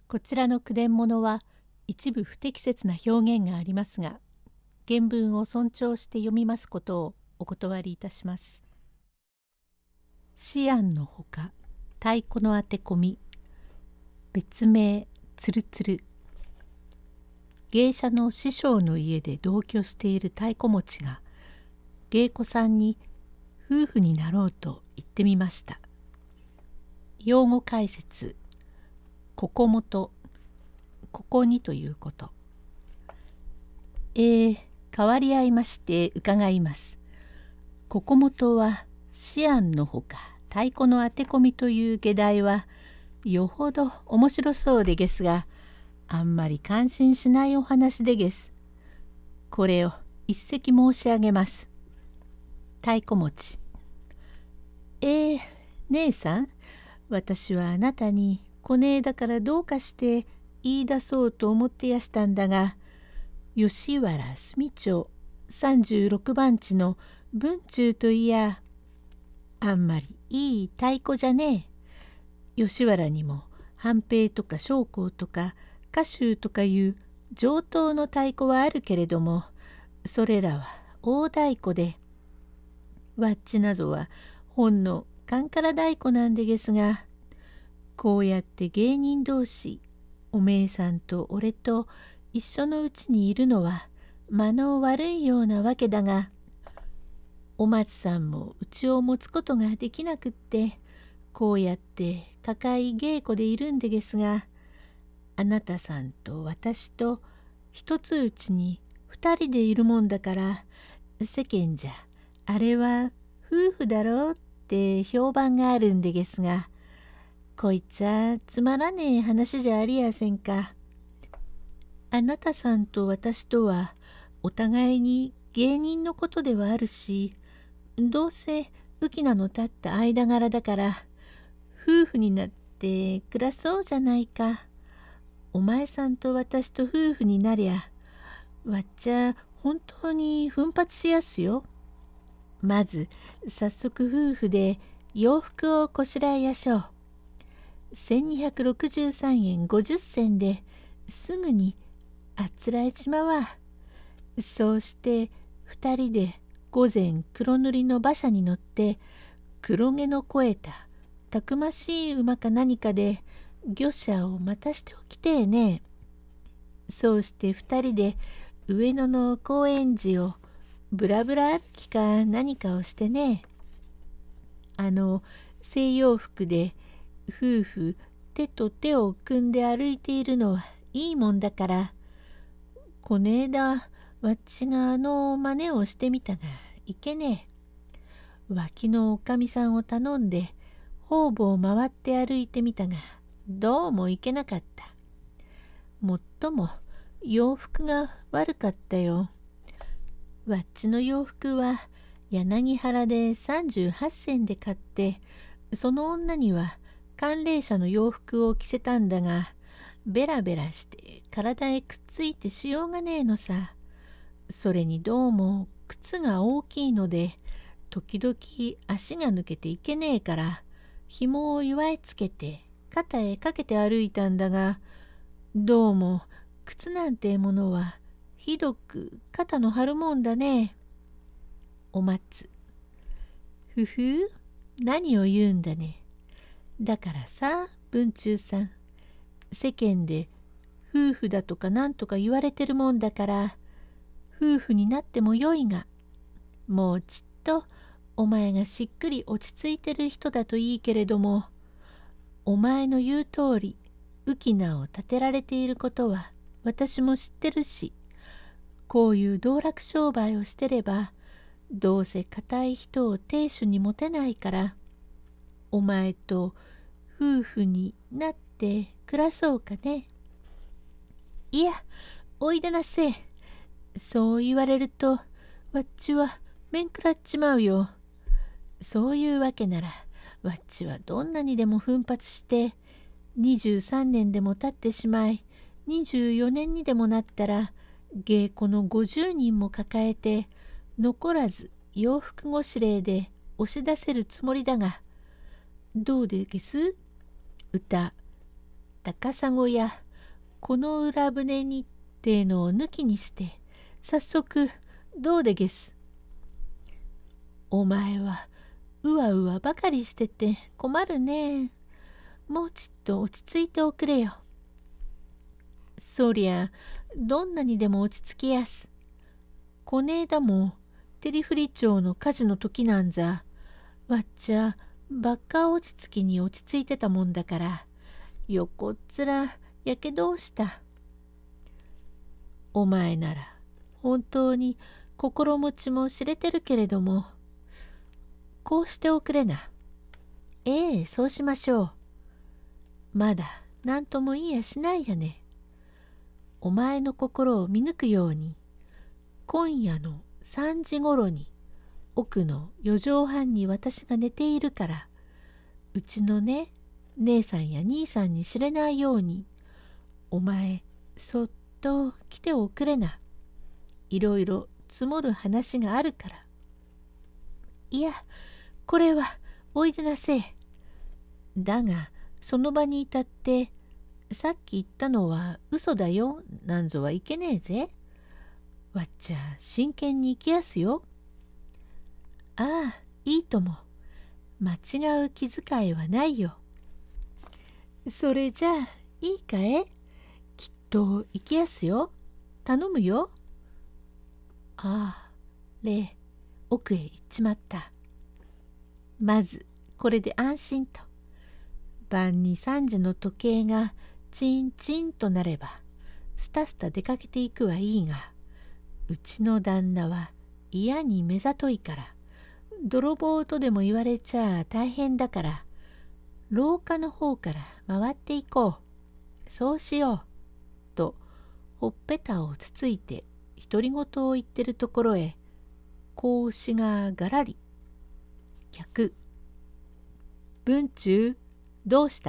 こちらの句伝物は一部不適切な表現がありますが、原文を尊重して読みますことをお断りいたします。思案のほか太鼓の当て込み、別名つるつる。芸者の師匠の家で同居している太鼓持ちが芸妓さんに夫婦になろうと言ってみました。用語解説。ここもと、ここにということ。変わり合いまして伺います。ここもとは思案のほか太鼓の当て込みという下題はよほど面白そうでげすが、あんまり感心しないお話でげす。これを一席申し上げます。太鼓持ち。姉さん、私はあなたにこねえだからどうかして言い出そうと思ってやしたんだが、吉原住町36番地の文中といや、あんまりいい太鼓じゃねえ。吉原にも半平とか将校とか家衆とかいう上等の太鼓はあるけれども、それらは大太鼓で、わっちなぞはほんのカンカラ太鼓なんでげすが、こうやって芸人同士、おめえさんと俺と一緒のうちにいるのは間の悪いようなわけだが、お松さんもうちを持つことができなくって、こうやって抱え稽古でいるんでげすが、あなたさんと私と一つうちに二人でいるもんだから、世間じゃあれは夫婦だろうって評判があるんでげすが、こいつはつまらねえ話じゃありやせんか。あなたさんと私とはお互いに芸人のことではあるし、どうせ浮き名の立った間柄だから夫婦になって暮らそうじゃないか。お前さんと私と夫婦になりゃ、わっちゃ本当に奮発しやすよ。まず早速夫婦で洋服をこしらえやしょう。1263円50銭ですぐにあつらえちまわ。そうして二人で午前黒塗りの馬車に乗って黒毛の肥えたたくましい馬か何かで御車を待たしておきてえね。そうして二人で上野の高円寺をぶらぶら歩きか何かをしてね。西洋服で夫婦手と手を組んで歩いているのはいいもんだから、こねえだわっちが真似をしてみたがいけねえ。脇のおかみさんを頼んで方々回って歩いてみたがどうもいけなかった。もっとも洋服が悪かったよ。わっちの洋服は柳原で38銭で買って、その女には寒冷車の洋服を着せたんだが、ベラベラして体へくっついてしようがねえのさ。それにどうも靴が大きいので、時々足が抜けていけねえから、紐を祝いつけて肩へかけて歩いたんだが、どうも靴なんてものはひどく肩の張るもんだね。お松。ふふ、何を言うんだね。だからさ、文中さん、世間で夫婦だとかなんとか言われてるもんだから、夫婦になってもよいが、もうちっとお前がしっくり落ち着いてる人だといいけれども、お前の言う通り浮き名を立てられていることは私も知ってるし、こういう道楽商売をしてればどうせ固い人を亭主に持てないから、お前と夫婦になって暮らそうかね。いや、おいでなせえ。そう言われるとわっちは面食らっちまうよ。そういうわけならわっちはどんなにでも奮発して23年でも経ってしまい、24年にでもなったら芸妓の50人も抱えて残らず洋服ごしれいで押し出せるつもりだが、どうでげす？歌、 高砂やこの裏船にってのを抜きにして早速どうでげす。お前はうわうわばかりしてて困るね。もうちっと落ち着いておくれよ。そりゃどんなにでも落ち着きやす。こねえだもテリフリ町の火事の時なんざわっちゃばっか落ち着きに落ち着いてたもんだから横っ面やけどをした。お前なら本当に心持ちも知れてるけれどもこうしておくれな。ええ、そうしましょう。まだ何とも言いやしないやね。お前の心を見抜くように今夜の3時ごろに奥の4畳半に私が寝ているからうちのね姉さんや兄さんに知れないようにお前そっと来ておくれな。いろいろ積もる話があるから。いやこれはおいでなせえ。だがその場にいたってさっき言ったのは嘘だよなんぞはいけねえぜ。わっちゃ真剣に生きやすよ。ああいいとも。間違う気遣いはないよ。それじゃあいいかえ。きっと生きやすよ。頼むよ。ああ、礼、奥へ行っちまった。まずこれで安心と。晩に3時の時計がチンチンとなればスタスタ出かけていくはいいがうちの旦那は嫌に目ざといから泥棒とでも言われちゃ大変だから廊下の方から回っていこう。そうしよう。とほっぺたをつついて独り言を言ってるところへ格子ががらり。客。文中どうした？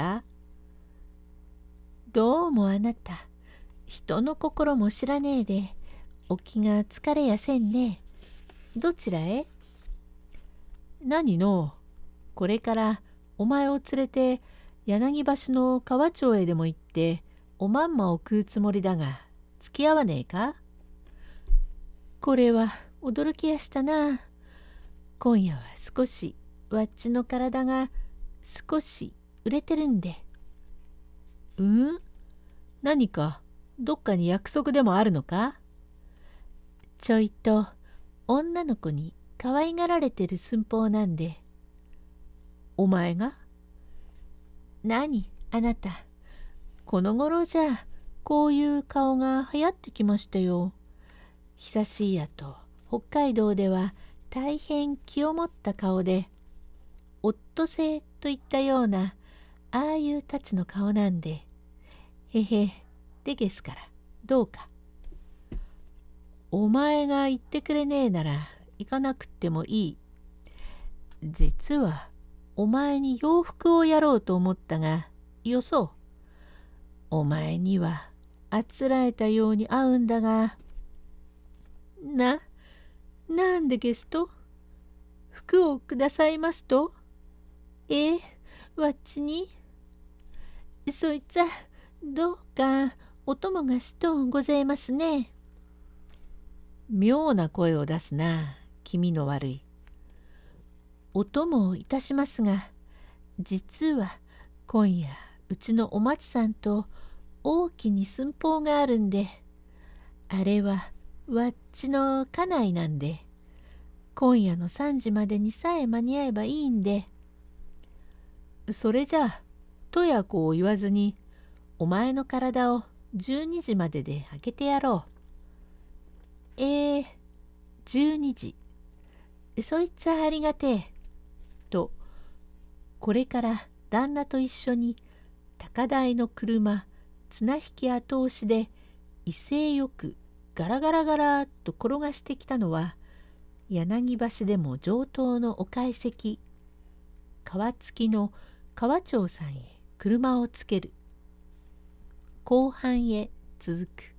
どうもあなた人の心も知らねえでお気が疲れやせんね。どちらへ？何のこれからお前を連れて柳橋の川町へでも行っておまんまを食うつもりだが付き合わねえか？これは驚きやしたな。今夜は少しわっちの体が少し売れてるんで。うん？何かどっかに約束でもあるのか？ちょいと女の子に可愛がられてる寸法なんで。お前が？何あなたこの頃じゃこういう顔が流行ってきましたよ。久しいやと北海道では大変気を持った顔でオットセイといったようなああいうたちの顔なんで。へへでげすからどうか。お前が言ってくれねえなら行かなくってもいい。実はお前に洋服をやろうと思ったがよそう。お前にはあつらえたように合うんだが。なんでゲスト？服をくださいますと？わっちに？そいつはどうかお供がしとうございますね。妙な声を出すな、気味の悪い。お供をいたしますが、実は今夜うちのお松さんと大きに寸法があるんで、あれはわっちの家内なんで、今夜の3時までにさえ間に合えばいいんで。それじゃあとやこを言わずにお前の体を12時までで開けてやろう。12時。そいつはありがてえ。と、これから旦那と一緒に高台の車、綱引き後押しで威勢よくガラガラガラっと転がしてきたのは、柳橋でも上等のお懐石、川付きの川町さんへ車をつける。後半へ続く。